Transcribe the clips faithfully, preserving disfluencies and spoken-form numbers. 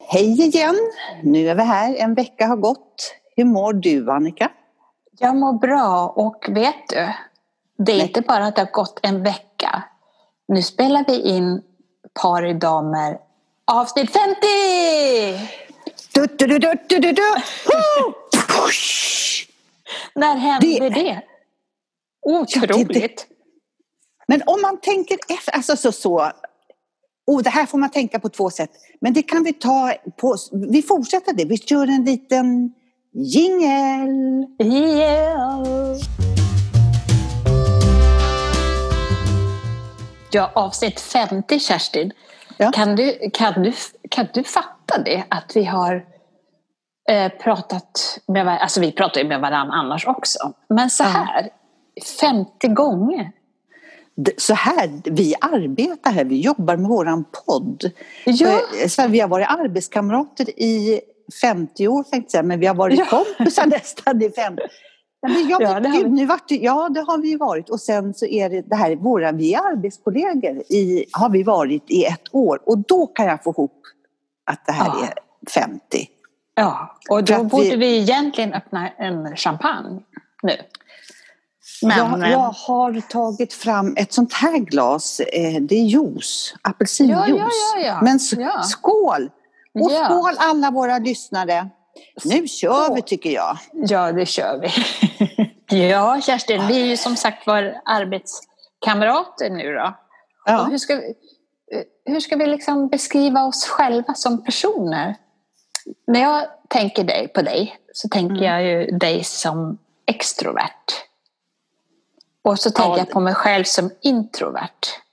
Hej igen, nu är vi här, en vecka har gått. Hur mår du, Annika? Jag mår bra och vet du, det är Nej. inte bara att det har gått en vecka. Nu spelar vi in Par i damer avsnitt femtio! Du, du, du, du, du, du, du. När hände Det- det? Otroligt. Men om man tänker efter, alltså så, så oh, det här får man tänka på två sätt. Men det kan vi ta på, vi fortsätter det, vi kör en liten jingle. Yeah. Ja, avsnitt femtio, Kerstin. Ja. Kan du, kan du, kan du fatta det? Att vi har eh, pratat med varandra, alltså vi pratar ju med varandra annars också. Men så här, femtio gånger. Så här, vi arbetar här, vi jobbar med våran podd. Ja. Så vi har varit arbetskamrater i femtio år, tänkte jag säga, men vi har varit Ja. kompisar nästan i femtio. Ja, men jag, Ja, det har gud, vi. nu vart det, ja, det har vi varit. Och sen så är det, det här, våra, vi är arbetskollegor i, har vi varit i ett år. Och då kan jag få ihop att det här Ja. är femtio. Ja, och För då att borde vi- vi egentligen öppna en champagne nu. Men, jag, jag har tagit fram ett sånt här glas, eh, det är juice, apelsinjuice. Ja, ja, ja, ja. Men s- Ja. skål! Och Ja. skål alla våra lyssnare. Nu kör Skål. vi, tycker jag. Ja, det kör vi. Ja, Kerstin, vi är ju som sagt var arbetskamrater nu då. Ja. Och hur ska vi, hur ska vi liksom beskriva oss själva som personer? När jag tänker dig på dig så tänker Mm. jag ju dig som extrovert. Och så tänker Ja. jag på mig själv som introvert.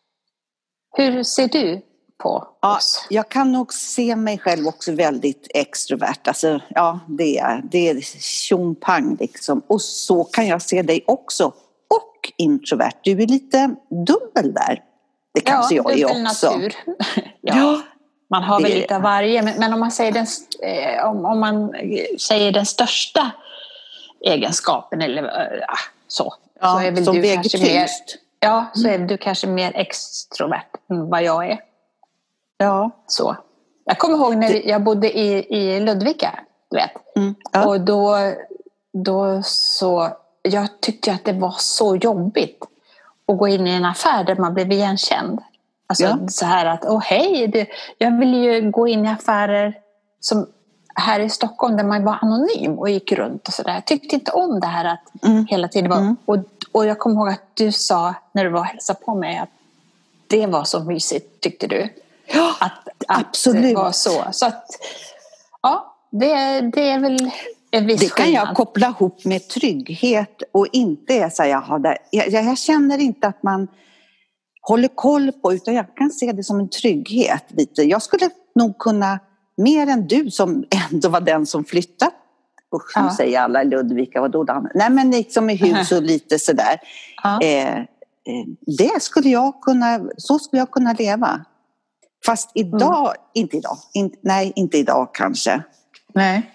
Hur ser du på Ja, oss? jag kan nog se mig själv också väldigt extrovert. Alltså, ja, det är, det är tjongpang liksom. Och så kan jag se dig också. Och introvert. Du är lite dubbel där. Det kanske jag är dubbel också. natur. ja. Ja. Man har Det väl är lite av varje, men, men om, man säger den, eh, om, om man säger den största egenskapen eller eh, så, Ja, så är väl som du väger kanske mer, tyngst. ja, så är du kanske mer extrovert än vad jag är. Ja. Så. Jag kommer ihåg när jag bodde i, i Ludvika, du vet. Mm. Ja. Och då, då så, jag tyckte att det var så jobbigt att gå in i en affär där man blev igenkänd. Alltså Ja. så här att, åh hej, det, jag ville ju gå in i affärer som här i Stockholm där man var anonym och gick runt och sådär. Jag tyckte inte om det här att Mm. hela tiden var, Mm. och, och jag kommer ihåg att du sa när du var och hälsade på mig att det var så mysigt, tyckte du. Ja, Att, att absolut. det var så. Så att, ja, det, det är väl en viss Det kan skillnad. jag koppla ihop med trygghet och inte är så här, jaha, där, jag, jag känner inte att man håller koll på, utan jag kan se det som en trygghet lite. Jag skulle nog kunna, mer än du som ändå var den som flyttade, usch, Ja. nu säger alla i Ludvika, vadå då? Nej, men liksom i hus och lite sådär. Ja. Eh, eh, det skulle jag kunna, så skulle jag kunna leva. Fast idag, Mm. inte idag, in, nej inte idag kanske. Nej.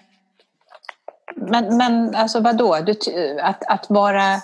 Men, men alltså vadå? Du, ty- att, att vara...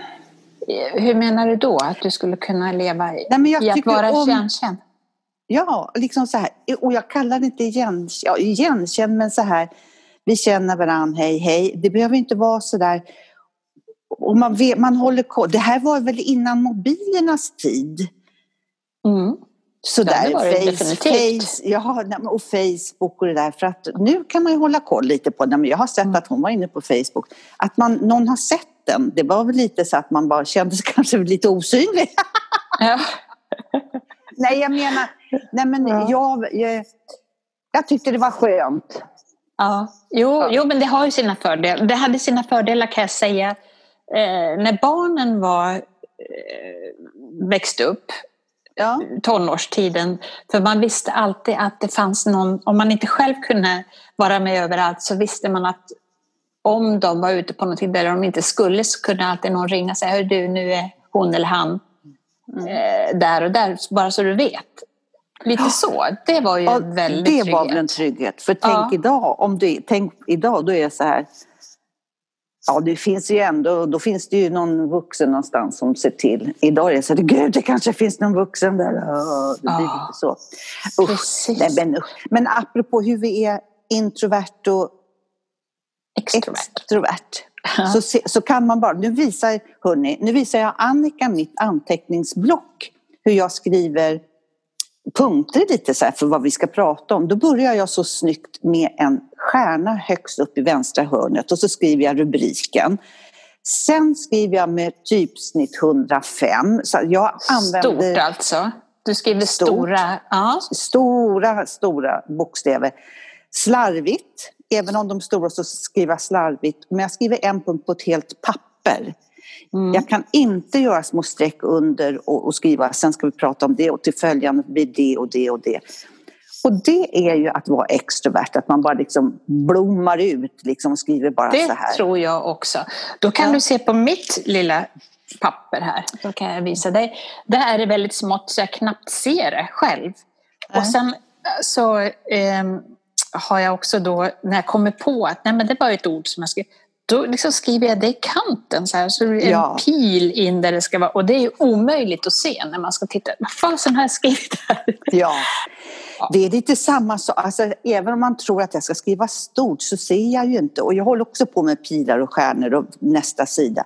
Hur menar du då? Att du skulle kunna leva i, Nej, men jag i att tycker vara om- igenkänd? Ja, liksom så här. Och jag kallar det inte igen, ja, igenkänd, men så här. Vi känner varandra, hej, hej. Det behöver inte vara så där. Och man, vet, man håller koll. Det här var väl innan mobilernas tid. Mm. Så Ja, det där, var det face, definitivt. face, ja, och Facebook och det där. För att nu kan man ju hålla koll lite på det. Men jag har sett Mm. att hon var inne på Facebook. Att man, någon har sett den. Det var väl lite så att man bara kände sig kanske lite osynlig. Ja. Nej, jag menar, nej men Ja. jag, jag, jag tyckte det var skönt. Ja. Jo, jo, men det har ju sina fördelar. Det hade sina fördelar, kan jag säga. Eh, när barnen var eh, växte upp, Ja. tonårstiden, för man visste alltid att det fanns någon, om man inte själv kunde vara med överallt så visste man att om de var ute på någonting där de inte skulle så kunde alltid någon ringa och säga, hör du, nu är hon eller han eh, där och där, bara så du vet. Lite så, det var ju Ja, en väldigt det trygghet. var väl en trygghet. För tänk Ja. idag, om du, tänk idag, då är det så här. Ja, det finns ju ändå, då finns det ju någon vuxen någonstans som ser till. Idag är det så att gud, det kanske finns någon vuxen där. Oh, det blir Ja, inte så. Usch, nej, men, men apropå hur vi är introvert och extrovert, extrovert så, så kan man bara, nu visar, hörni, nu visar jag Annika mitt anteckningsblock, hur jag skriver punkter lite så här för vad vi ska prata om. Då börjar jag så snyggt med en stjärna högst upp i vänstra hörnet och så skriver jag rubriken. Sen skriver jag med typsnitt hundrafem. Så jag använder stort alltså. Du skriver stort, stora, ja. stora, stora bokstäver. Slarvigt, även om de stora så skriver jag slarvigt. Men jag skriver en punkt på ett helt papper. Mm. Jag kan inte göra små streck under och, och skriva, sen ska vi prata om det och till följande blir det och det och det. Och det är ju att vara extrovert, att man bara liksom blommar ut liksom och skriver bara det så här. Det tror jag också. Då kan ja. du se på mitt lilla papper här, så kan jag visa dig. Det här är väldigt smått så jag knappt ser det själv. Ja. Och sen så eh, har jag också då, när jag kommer på att nej men det var ett ord som jag skrev, då liksom skriver jag det i kanten så här, så det är en ja. pil in där det ska vara. Och det är ju omöjligt att se när man ska titta. Vad fasen har jag skrivit här? Ja, ja. Det är lite samma sak. Alltså, även om man tror att jag ska skriva stort så ser jag ju inte. Och jag håller också på med pilar och stjärnor och nästa sida.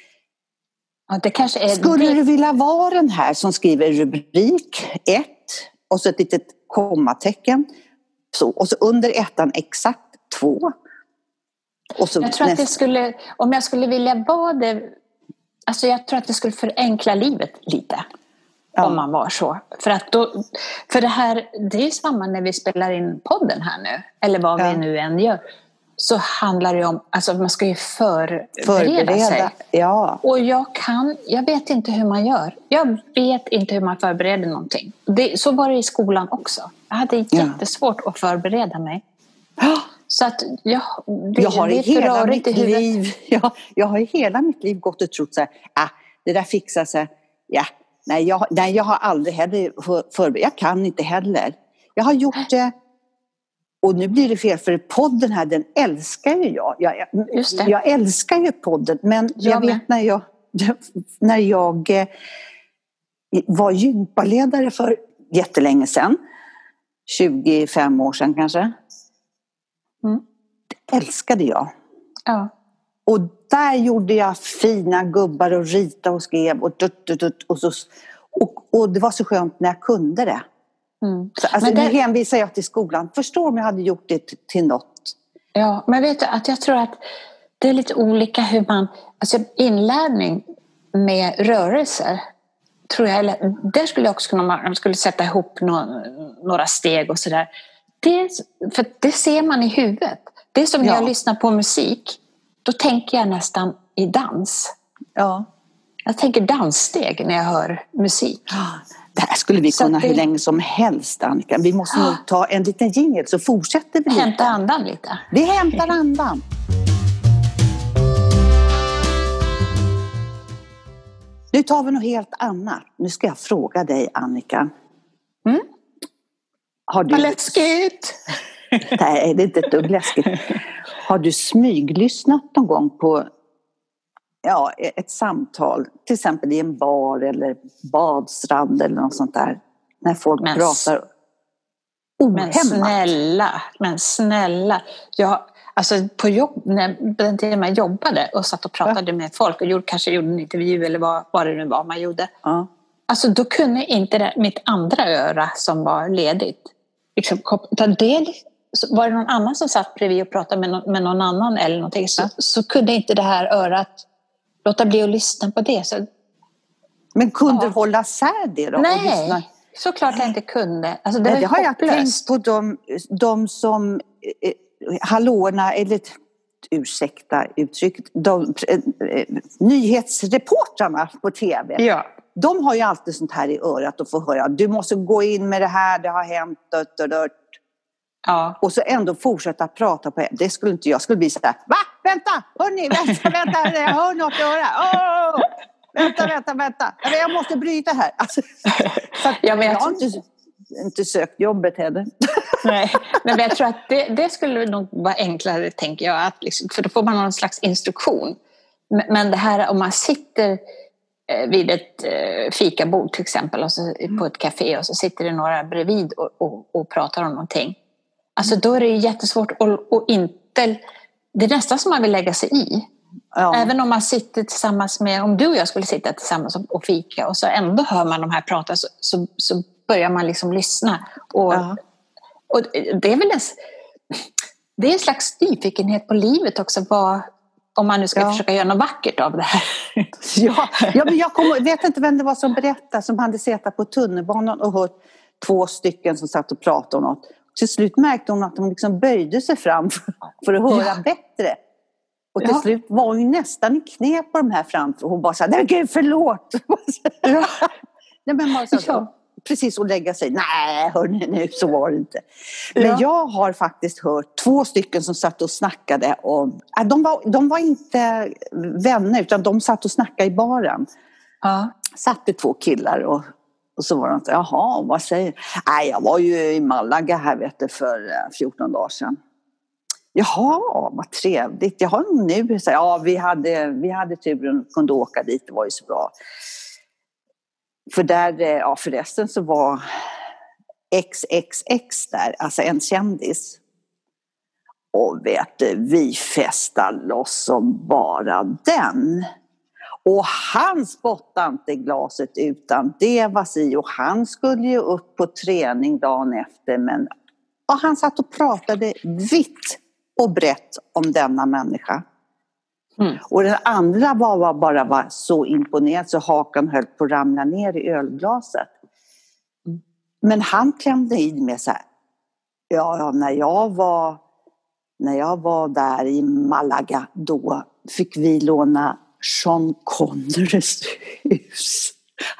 Ja, det kanske är Skulle det. du vilja vara den här som skriver rubrik ett och så ett litet kommatecken. Så, och så under ettan exakt två. Och så jag tror nästa. att det skulle, om jag skulle vilja vara det, alltså jag tror att det skulle förenkla livet lite. Ja. Om man var så. För att då, för det här, det är ju samma när vi spelar in podden här nu, eller vad ja. vi nu än gör. Så handlar det om, alltså man ska ju förbereda, förbereda sig. Ja. Och jag kan, jag vet inte hur man gör. Jag vet inte hur man förbereder någonting. Det, så var det i skolan också. Jag hade jättesvårt att förbereda mig. Ja. Så att jag, det, jag har det i hela mitt liv, jag, jag har i hela mitt liv gått och trott så här, ah, det där fixar sig. Ja, nej, jag, nej, jag har aldrig heller förberett. Jag kan inte heller. Jag har gjort det. Och nu blir det fel för podden här, den älskar ju jag. Jag, jag, Just det. jag älskar ju podden. Men jag, jag vet när jag, när jag eh, var gympaledare för jättelänge sedan. tjugofem år sedan kanske. Mm. Det älskade jag. Ja. Och där gjorde jag fina gubbar och rita och skrev. Och, dutt, dutt, dutt, och, så, och, och det var så skönt när jag kunde det. Mm. Så, alltså, det... Nu hänvisar jag till skolan. Förstår om jag hade gjort det till, till något. Ja, men vet du att jag tror att det är lite olika hur man... Alltså inlärning med rörelser tror jag... Eller, där skulle jag också kunna... Man skulle sätta ihop några, några steg och sådär. Det, för det ser man i huvudet. Det är som när ja. jag lyssnar på musik. Då tänker jag nästan i dans. Ja. Jag tänker danssteg när jag hör musik. Det här skulle vi så kunna det... hur länge som helst, Annika. Vi måste nog ta en liten jingle så fortsätter vi lite. Hämta andan lite. Vi hämtar andan. Nu tar vi något helt annat. Nu ska jag fråga dig, Annika. Mm? Har du... Vad läskigt! Nej, det är inte ett dugg läskigt. Har du smyglyssnat någon gång på ja, ett samtal, till exempel i en bar eller badstrand eller något sånt där, när folk men, pratar ohämmat? Men snälla, men snälla. Jag, alltså på jobb, när den tiden jag jobbade och satt och pratade ja. med folk och gjorde, kanske gjorde en intervju eller vad, vad det nu var man gjorde. Ja. Alltså då kunde inte det, mitt andra öra som var ledigt liksom, det, var det någon annan som satt bredvid och pratade med någon, med någon annan eller någonting så, ja. så kunde inte det här örat låta bli att lyssna på det. Så, men kunde ja. du hålla sär det då? Nej, såklart jag inte kunde. Alltså, det Nej, det har jag hopplöst. tänkt på de, de som eh, hallåorna, eller ursäkta uttrycket, de, eh, nyhetsreportrarna på tv. Ja. De har ju alltid sånt här i örat och får höra, du måste gå in med det här, det har hänt, dött och dött. Ja. Och så ändå fortsätta prata på det. Det skulle inte jag, skulle bli så där, va? Vänta, hörni, vänta, vänta, jag hör något i örat. Oh! Vänta, vänta, vänta. Jag måste bryta här. Alltså, så att jag vet. Jag har inte, inte sökt jobbet heller. Nej, men jag tror att det, det skulle nog vara enklare, tänker jag. Att liksom, för då får man någon slags instruktion. Men det här om man sitter vid ett fikabord till exempel, och så, på ett café, och så sitter det några bredvid och, och, och pratar om någonting. Alltså då är det jättesvårt att, att inte... Det är nästan som man vill lägga sig i. Ja. Även om man sitter tillsammans med... Om du och jag skulle sitta tillsammans och fika, och så ändå hör man de här prata, så, så, så börjar man liksom lyssna. Och, ja. och det är väl en, det är en slags nyfikenhet på livet också. Vad, om man nu ska ja. försöka göra något vackert av det här. Ja, ja men jag kom, vet inte vem det var som berättade, som hade suttit på tunnelbanan och hört två stycken som satt och pratade om något. Till slut märkte hon att de liksom böjde sig fram för, för att höra ja. bättre. Och till ja. slut var hon ju nästan i knä på de här framför. Och hon bara sa, nej gud förlåt. Ja. Nej, men man sa, ja. precis att lägga sig. Nej, hörni, nu så var det inte. Men ja. jag har faktiskt hört två stycken som satt och snackade om... Äh, de, var, de var inte vänner, utan de satt och snackade i baren. Ja. Satt det två killar och... Och så var de så, jaha, vad säger du? Nej, jag var ju i Malaga här vet du, för fjorton dagar sedan. Jaha, vad trevligt. Jaha, nu så, ja, vi hade, vi hade turen och kunde åka dit, det var ju så bra. För där, ja förresten så var X X X där, alltså en kändis. Och vet du, vi festade loss som bara den. Och han spottade inte glaset utan det var si. Och han skulle ju upp på träning dagen efter. Men och han satt och pratade vitt och brett om denna människa. Mm. Och den andra var, var bara var så imponerad så hakan höll på att ramla ner i ölglaset. Mm. Men han klämde i med så här. Ja, ja, när jag var, när jag var där i Malaga då fick vi låna Sean Connerys hus.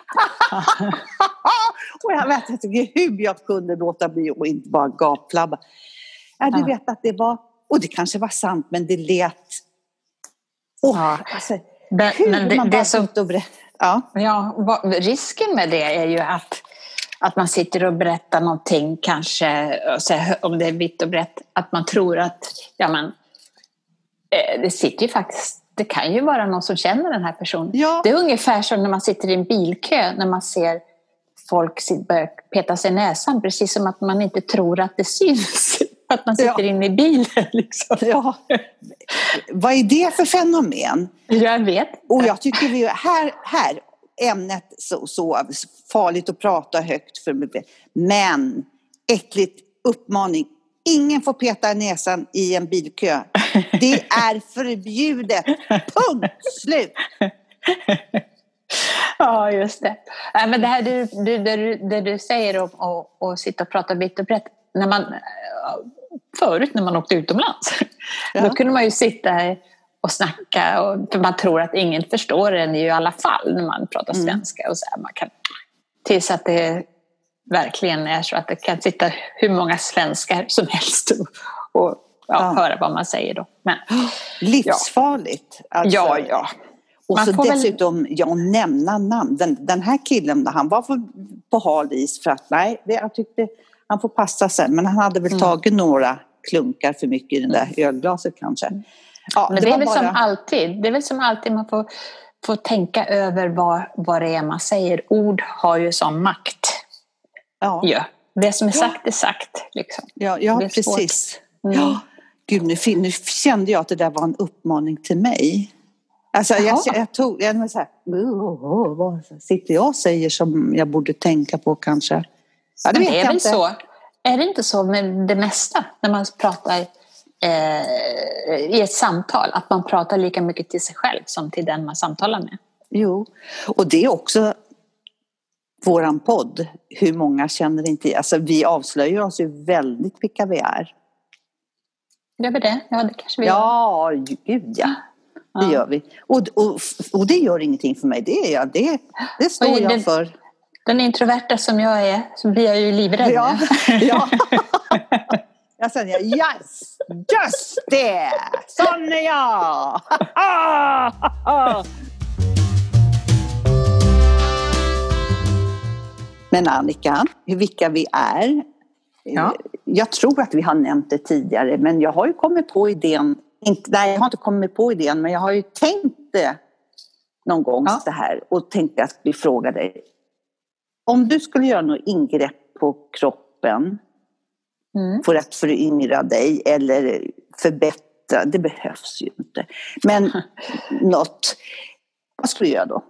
Och jag vet inte hur jag kunde låta bli och inte bara gapflabba. Ja, du vet att det var, och det kanske var sant, men det lät åh, ja. alltså, men, hur men det, man bara det som, och berätt, ja. Ja, vad, risken med det är ju att att man sitter och berättar någonting kanske, så om det är vitt och brett, att man tror att ja, man, det sitter ju faktiskt. Det kan ju vara någon som känner den här personen. Ja. Det är ungefär som när man sitter i en bilkö. När man ser folk börja peta sig i näsan. Precis som att man inte tror att det syns. Att man sitter ja. inne i bilen. Liksom. Ja. Vad är det för fenomen? Jag vet. Och jag tycker vi här, här ämnet så, så farligt att prata högt för. Men äckligt uppmaning. Ingen får peta i näsan i en bilkö. Det är förbjudet. Punkt. Slut. Ja, just det. Ja, men det här du, du, det, du, det du säger om att, att sitta och prata vitt och brett. När man, förut när man åkte utomlands. Ja. Då kunde man ju sitta och snacka. Och, för man tror att ingen förstår en i alla fall när man pratar svenska. Mm. Och så här, man kan, tills att det verkligen är så att det kan sitta hur många svenskar som helst och, och ja, ja. höra vad man säger då. Men, livsfarligt. Ja, alltså. ja. ja. Och man så dessutom, väl... ja, nämna namn. Den, den här killen, han var för, på hal is för att, nej, det, jag tyckte han får passa sig. Men han hade väl mm. tagit några klunkar för mycket i den där ölglaset kanske. Ja, men det, det är väl bara... som alltid. Det är väl som alltid man får, får tänka över vad, vad det är man säger. Ord har ju som makt. Ja. ja. Det som är sagt ja. är sagt. Liksom. Ja, ja precis. Mm. Ja. Gud, nu, nu kände jag att det där var en uppmaning till mig. Alltså jag, jag tog, jag var så här, oh, oh, vad sitter jag och säger som jag borde tänka på kanske. Ja, det vet det är jag väl inte. Så. Är det inte så med det mesta när man pratar eh, i ett samtal, att man pratar lika mycket till sig själv som till den man samtalar med? Jo, och det är också våran podd. Hur många känner inte, alltså vi avslöjar oss ju väldigt vilka vi är. Gör vi det? Ja, det kanske vi gör. Ja, gud ja. Det ja. gör vi. Och, och, och det gör ingenting för mig. Det, är jag, det, det står och jag den, för. Den introverta som jag är, så blir jag ju livrädd. Ja, ja. Jag säger yes, just det. Sån är jag. Men Annika, vilka vi är. Ja. Jag tror att vi har nämnt det tidigare, men jag har ju kommit på idén. Inte, nej, jag har inte kommit på idén, men jag har ju tänkt det någon gång Ja. så här. Och tänkte att vi frågar dig. Om du skulle göra något ingrepp på kroppen mm. för att föryngra dig eller förbättra, det behövs ju inte. Men något, vad skulle du göra då?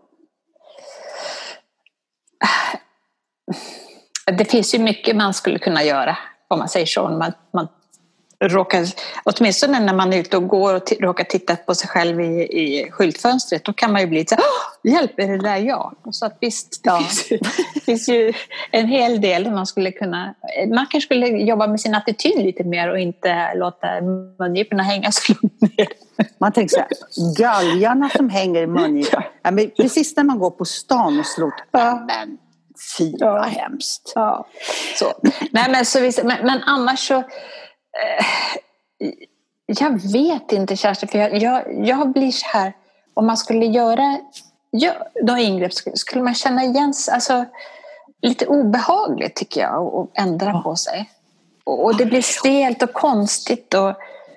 Det finns ju mycket man skulle kunna göra, om man säger så. Man, man råkar, åtminstone när man är ute och går och t- råkar titta på sig själv i, i skyltfönstret, då kan man ju bli så här, hjälp, är det där jag? Och så att visst, det ja. finns, ju, finns ju en hel del man skulle kunna, man kanske skulle jobba med sin attityd lite mer och inte låta mungiporna hänga så långt ner. Man tänker så här, galgarna som hänger i mungiporna. Ja, men precis när man går på stan och slår ja. Men fy vad ja. Hemskt. Ja. Så. Nej, men, så visst, men, men annars så eh, jag vet inte, Kerstin, för jag, jag, jag blir så här, om man skulle göra ja, då ingrepp skulle man känna igen, alltså lite obehagligt tycker jag att ändra ja. På sig. Och, och det blir stelt och konstigt och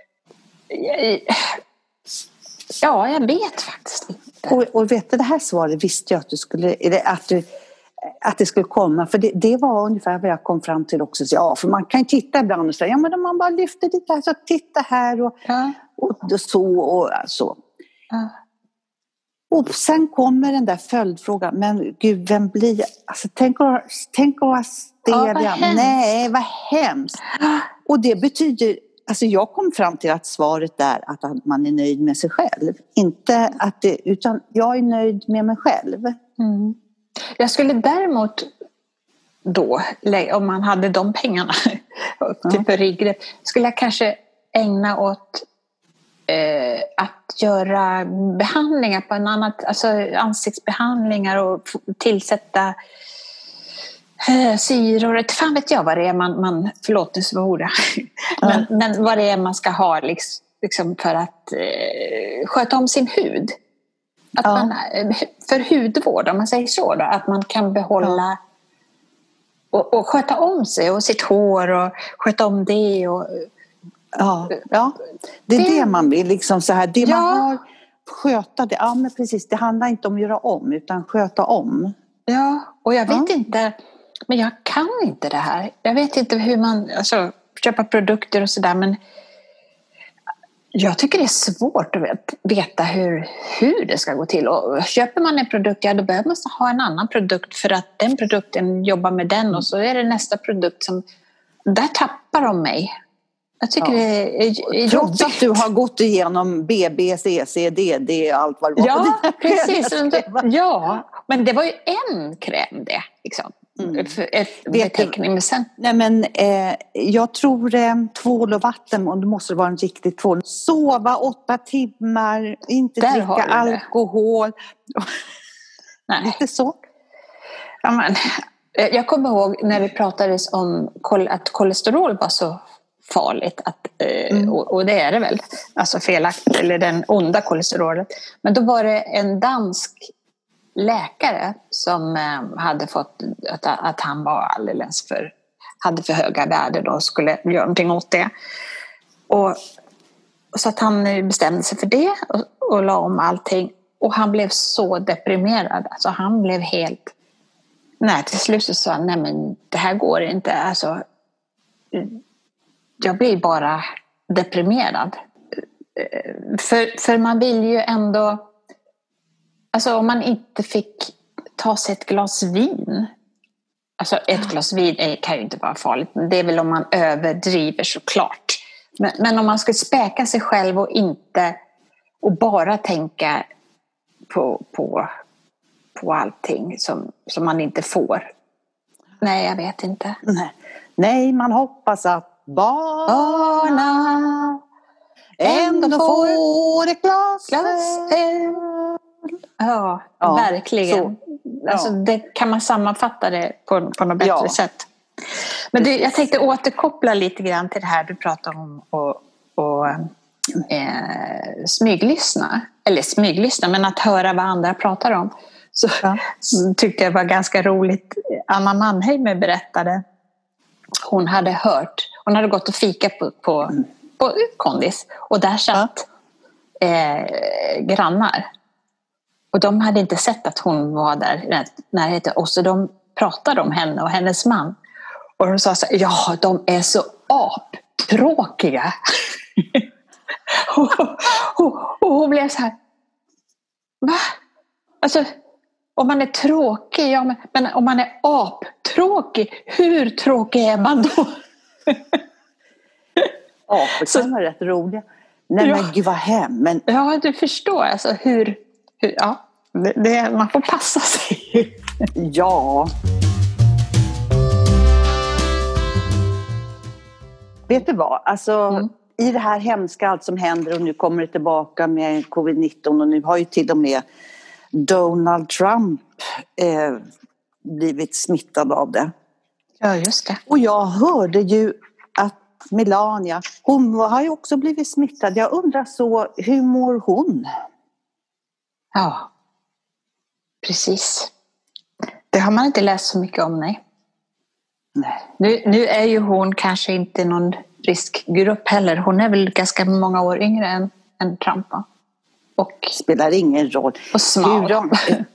ja, jag vet faktiskt inte. Och, och vet du, det här svaret visste jag att du skulle, att du att det skulle komma, för det, det var ungefär vad jag kom fram till också. Så ja, för man kan titta ibland och säga, ja men om man bara lyfter lite här, så titta här och, ja. och, och så och så. Ja. Och sen kommer den där följdfrågan, men gud, vem blir, alltså tänk att, tänk att vara stel, ja, nej vad hemskt. Och det betyder, alltså jag kom fram till att svaret är att man är nöjd med sig själv. Inte att det, utan jag är nöjd med mig själv. Mm. Jag skulle däremot då, om man hade de pengarna till för ingrepp, skulle jag kanske ägna åt eh, att göra behandlingar på en annan, alltså ansiktsbehandlingar och tillsätta eh, syror. Inte fan vet jag vad det är man, man förlåt nu svora, men, mm. men vad det är man ska ha liksom, liksom för att eh, sköta om sin hud. Att ja. Man, för hudvård, om man säger så då, att man kan behålla ja. och, och sköta om sig och sitt hår och sköta om det och, ja, ja. Det är det, det man vill liksom så här, det ja. Man har sköta det, ja men precis, det handlar inte om att göra om utan sköta om. Ja, och jag vet ja. Inte, men jag kan inte det här, jag vet inte hur man, alltså köpa produkter och sådär, men jag tycker det är svårt att veta hur, hur det ska gå till. Och köper man en produkt, ja, då behöver man ha en annan produkt för att den produkten jobbar med den och så är det nästa produkt som... Där tappar de mig. Jag tycker ja. Det är, är trots att du har gått igenom B B, C C, D D och allt vad det var. Ja, precis. Ja, men det var ju en kräm det, liksom. Mm. För ett beteckning, men sen... Nej men eh, jag tror eh, tvål och vatten, och det måste vara en riktig tvål. Sova åtta timmar, inte där dricka alkohol. Nej. Lite så. Ja, men, jag kommer ihåg när det pratades om att kolesterol var så farligt att, eh, mm. och, och det är det väl, alltså felaktigt, eller den onda kolesterolet. Men då var det en dansk läkare som eh, hade fått att, att han var alldeles för hade för höga värden och skulle göra någonting åt det. Och, och så att han bestämde sig för det och, och la om allting. Och han blev så deprimerad. Alltså han blev helt... Nej, till slut så sa han, nej men det här går inte. Alltså, jag blir bara deprimerad. För, för man vill ju ändå... Alltså om man inte fick ta sig ett glas vin. Alltså ett glas vin är, kan ju inte vara farligt. Men det är väl om man överdriver såklart. Men, men om man skulle späka sig själv och inte... Och bara tänka på, på, på allting som, som man inte får. Nej, jag vet inte. Nej, Nej man hoppas att barna ändå får ett glas. glas ja, ja, verkligen. Så, ja. Alltså, det kan man sammanfatta det på, på något bättre ja. sätt. Men du, jag tänkte återkoppla lite grann till det här du pratade om och, och eh, smyglyssna. Eller smyglyssna, men att höra vad andra pratar om. så, ja. så tyckte jag var ganska roligt. Anna Mannheimer berättade, hon hade hört, hon hade gått och fika på, på, mm. på Kondis, och där satt ja. eh, grannar. Och de hade inte sett att hon var där när det hette, och så de pratade om henne och hennes man. Och de sa så här, ja, de är så aptråkiga. och, och, och hon blev så här, va? Alltså, om man är tråkig, ja, men, men om man är aptråkig, hur tråkig är man då? Apor kan vara rätt roliga. Nej, ja. Men gud vad hem. Men... Ja, du förstår. Alltså, hur, hur, ja, det, det, man får passa sig. Ja. Vet du vad? Alltså, mm. i det här hemska allt som händer, och nu kommer det tillbaka med covid nitton, och nu har ju till och med Donald Trump eh, blivit smittad av det. Ja, just det. Och jag hörde ju att Melania, hon har ju också blivit smittad. Jag undrar så, hur mår hon? Ja, precis. Det har man inte läst så mycket om, nej. Nej. Nu, nu är ju hon kanske inte någon riskgrupp heller. Hon är väl ganska många år yngre än, än Trump, va? Och spelar ingen roll. Och smal. De...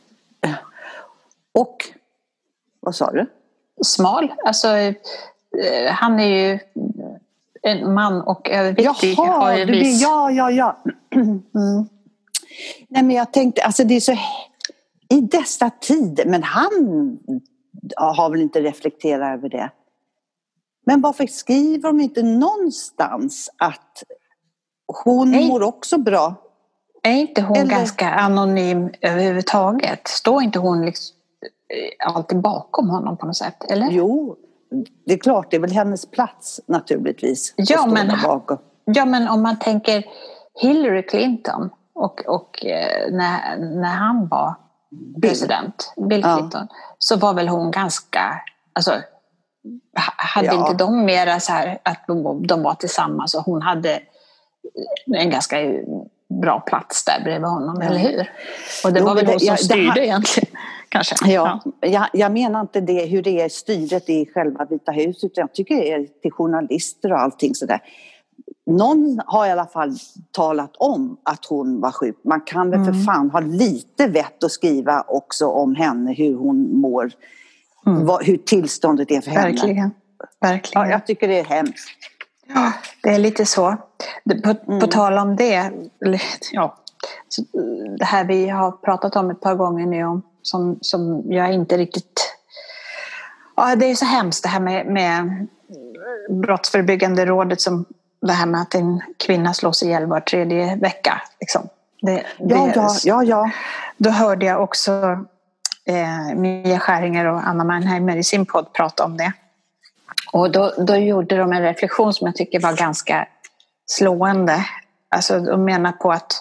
och, vad sa du? Smal. Alltså, han är ju en man och överviktig. Jaha, du blir, ja, ja, ja. Mm. Nej, men jag tänkte, alltså det är så i dessa tider, men han har väl inte reflekterat över det. Men varför skriver de inte någonstans att hon Nej. mår också bra? Är inte hon Eller... ganska anonym överhuvudtaget? Står inte hon liksom alltid bakom honom på något sätt? Eller? Jo, det är klart, det är väl hennes plats naturligtvis. Ja, men, ja, men om man tänker Hillary Clinton och, och när, när han var president, Bill Clinton, ja. så var väl hon ganska, alltså hade ja. inte de mera så här att de, de var tillsammans och hon hade en ganska bra plats där bredvid honom, ja. eller hur? Och det jo, var väl hon som jag, styrde här, egentligen, kanske. Ja, ja. Jag, jag menar inte det, hur det är styret i själva Vita huset, utan jag tycker det är till journalister och allting sådär. Någon har i alla fall talat om att hon var sjuk. Man kan väl mm. för fan ha lite vett att skriva också om henne, hur hon mår, mm. vad, hur tillståndet är för Verkligen. henne. Verkligen. Ja, jag tycker det är hemskt. Ja, det är lite så. På, mm. på tal om det, ja, det här vi har pratat om ett par gånger nu, om, som, som jag inte riktigt... Ja, det är så hemskt det här med, med Brottsförebyggande rådet, som det här med att en kvinna slås ihjäl var tredje vecka. Liksom. Det, det, ja, ja, ja, ja. Då hörde jag också eh, Mia Skäringer och Anna Mannheimer i sin podd prata om det. Och då, då gjorde de en reflektion som jag tycker var ganska slående. Alltså de menar på att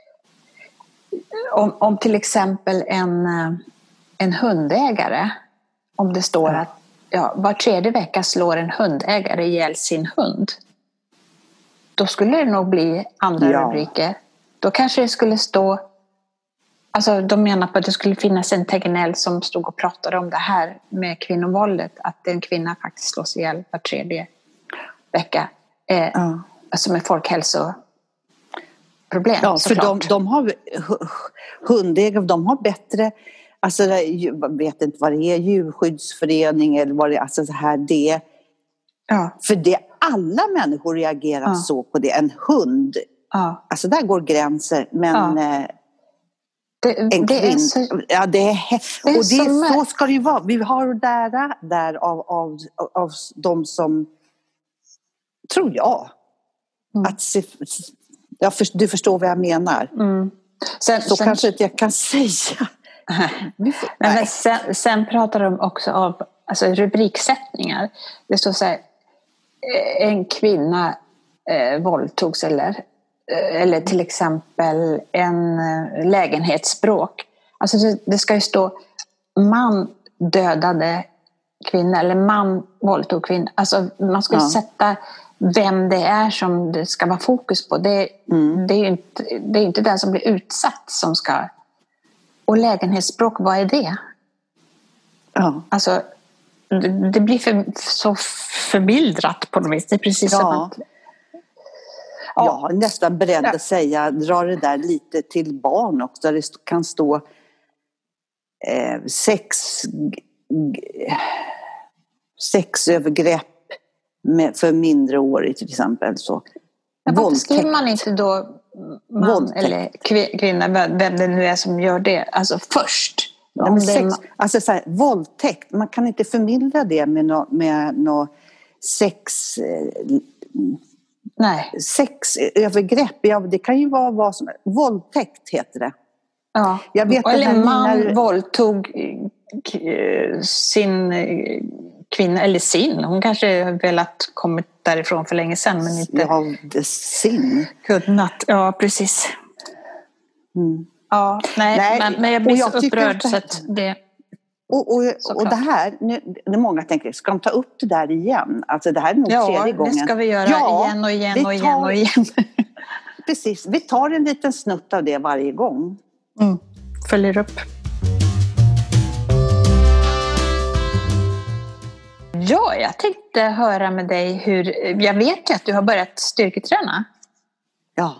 om, om till exempel en, en hundägare, om det står att ja, var tredje vecka slår en hundägare ihjäl sin hund, då skulle det nog bli andra ja. rubriker. Då kanske det skulle stå, alltså de menar på att det skulle finnas en Tegnell som stod och pratade om det här med kvinnovåldet, att en kvinna faktiskt slås ihjäl var tredje vecka. Eh, ja. Alltså med folkhälsoproblem. Ja, för de, de har hundägare, de har bättre, alltså jag vet inte vad det är, djurskyddsförening eller vad det är, alltså så här det. Ja. För det, alla människor reagerar ja. så på det. En hund, ja. alltså där går gränser, men ja. det, en det kvinn, är så, ja, det är, det är och det är så, så ska det ju vara. Vi har där, där av, av, av de som, tror jag, mm. att se, ja, för, du förstår vad jag menar. Mm. Sen, så sen, kanske inte jag kan säga. Nej, men sen, sen pratar de också om alltså rubriksättningar. Det står så här: en kvinna eh, våldtogs, eller, eh, eller till exempel en eh, lägenhetsbråk. Alltså det, det ska ju stå man dödade kvinna eller man våldtog kvinna. Alltså man ska ja. sätta vem det är som det ska vara fokus på. Det, mm. det är ju inte, det är inte den som blir utsatt som ska... Och lägenhetsbråk, vad är det? Ja. Alltså, det, det blir för, så förmildrat på något vis. Det är precis Ja. som att... Ja. Jag är nästan beredd att säga, dra det där lite till barn också. Där det kan stå eh, sex, sexövergrepp med, för mindreårig till exempel. Så. Ja, varför skriver man inte då man Våldtäkt. eller kvinna, vem det nu är som gör det, alltså först? Nej, men sex, alltså så här, våldtäkt, man kan inte förmildra det med något med nå sex... Eh, Nej. Sexövergrepp, ja, det kan ju vara vad som... Våldtäkt heter det. Ja. Jag vet eller en man mina... våldtog sin kvinna, eller sin. Hon kanske velat kommit därifrån för länge sedan, men inte... Ja, det sin. Kunnat, ja precis. Mm. Ja, nej, nej. Men, men jag blir jag så upprörd så att det... Och, och, och det här, nu, det många tänker, ska de ta upp det där igen? Alltså det här är nog ja, tredje gången. Ja, det ska vi göra ja, igen och igen och tar, igen och igen. Precis, vi tar en liten snutt av det varje gång. Mm. Följer upp. Ja, jag tänkte höra med dig hur, jag vet ju att du har börjat styrketräna. Ja.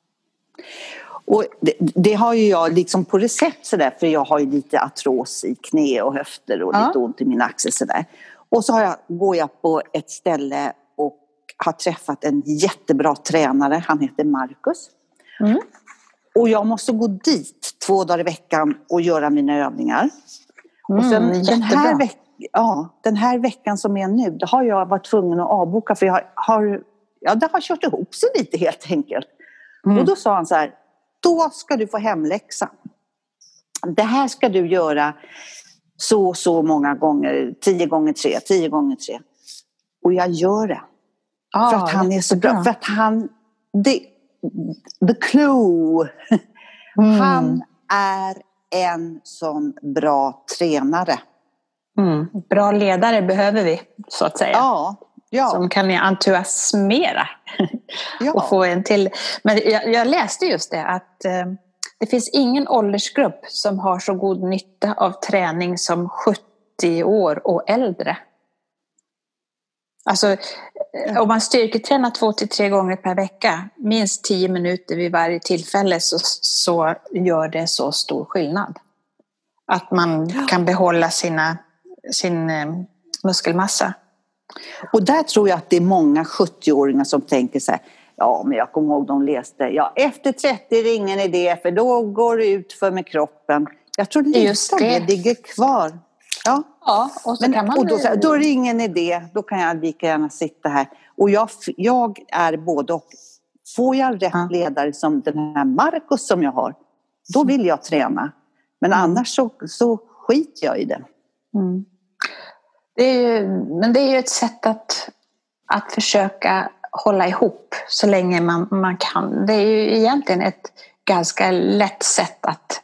Och det, det har ju jag liksom på recept sådär, för jag har ju lite artros i knä och höfter och ja. lite ont i min axel sådär. Och så har jag, går jag på ett ställe och har träffat en jättebra tränare, han heter Marcus. Mm. Och jag måste gå dit två dagar i veckan och göra mina övningar. Mm, och sen den här, veck, ja, den här veckan som är nu, då har jag varit tvungen att avboka för jag har, har, ja, det har kört ihop sig lite helt enkelt. Mm. Och då sa han så här, då ska du få hemläxa. Det här ska du göra så så många gånger, tio gånger tre, tio gånger tre. Och jag gör det. Ah, för att han är så bra. bra. För att han, det, the clue. Mm. Han är en sån bra tränare. Mm. Bra ledare behöver vi, så att säga. Ja. Ja. Som kan entusiasmera ja. och få en till. Men jag, jag läste just det att eh, det finns ingen åldersgrupp som har så god nytta av träning som sjuttio år och äldre. Alltså ja. om man styrketränar två till tre gånger per vecka, minst tio minuter vid varje tillfälle, så, så gör det så stor skillnad. Att man ja. kan behålla sina, sin eh, muskelmassa. Och där tror jag att det är många sjuttio-åringar som tänker så här, ja men jag kommer ihåg de läste, ja efter trettio är det ingen idé för då går det ut för med kroppen. Jag tror lite Just det. det ligger kvar. Ja, ja och, så men, kan man... och då, då är det ingen idé, då kan jag lika gärna sitta här. Och jag, jag är både och. Får jag rätt ja. ledare som den här Marcus som jag har, då vill jag träna. Men mm. annars så, så skiter jag i det. Mm. Det är ju, men det är ju ett sätt att, att försöka hålla ihop så länge man, man kan. Det är ju egentligen ett ganska lätt sätt att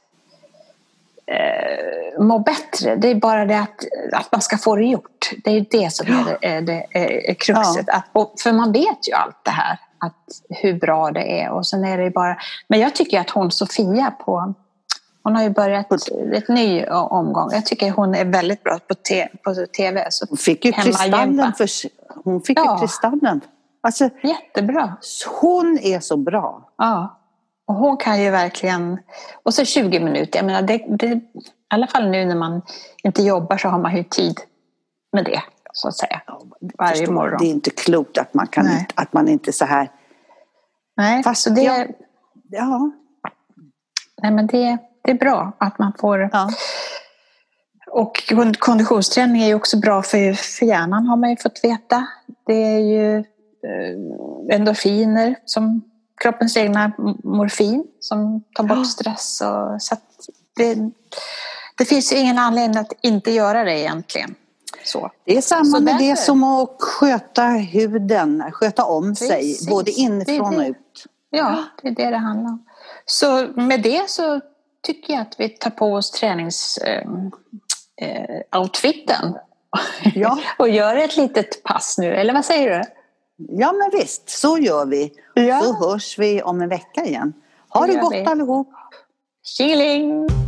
eh, må bättre. Det är bara det att, att man ska få det gjort. Det är ju det som är, det, är, det, är, är kruxet. Ja. Att, och, för man vet ju allt det här, att, hur bra det är. Och sen är det bara... Men jag tycker att hon Sofia på... Hon har ju börjat ett ny omgång. Jag tycker hon är väldigt bra på, te, på tv. Så hon fick ju kristallen. För, hon fick ja. ju kristallen. Alltså, jättebra. Hon är så bra. Ja. Och hon kan ju verkligen... Och så tjugo minuter. Jag menar, det, det, i alla fall nu när man inte jobbar så har man ju tid med det. Så att säga. Varje Förstår, morgon. Det är inte klokt att man, kan inte, att man inte så här... Nej, fast så det... Jag, ja. Nej, men det... Det är bra att man får... Ja. Och konditionsträning är ju också bra för, för hjärnan, har man ju fått veta. Det är ju eh, endorfiner, som kroppens egna morfin, som tar bort ja. stress. Och, så att det, det finns ju ingen anledning att inte göra det egentligen. Så. Det är samma så med därför... det som att sköta huden, sköta om Precis. sig, både inifrån det det. och ut. Ja, det är det det handlar om. Så med det så tycker jag att vi tar på oss träningsoutfiten äh, äh, ja. och gör ett litet pass nu, eller vad säger du? Ja men visst, så gör vi. Ja. Så hörs vi om en vecka igen. Ha det, det gott vi. allihop. Tjingeling!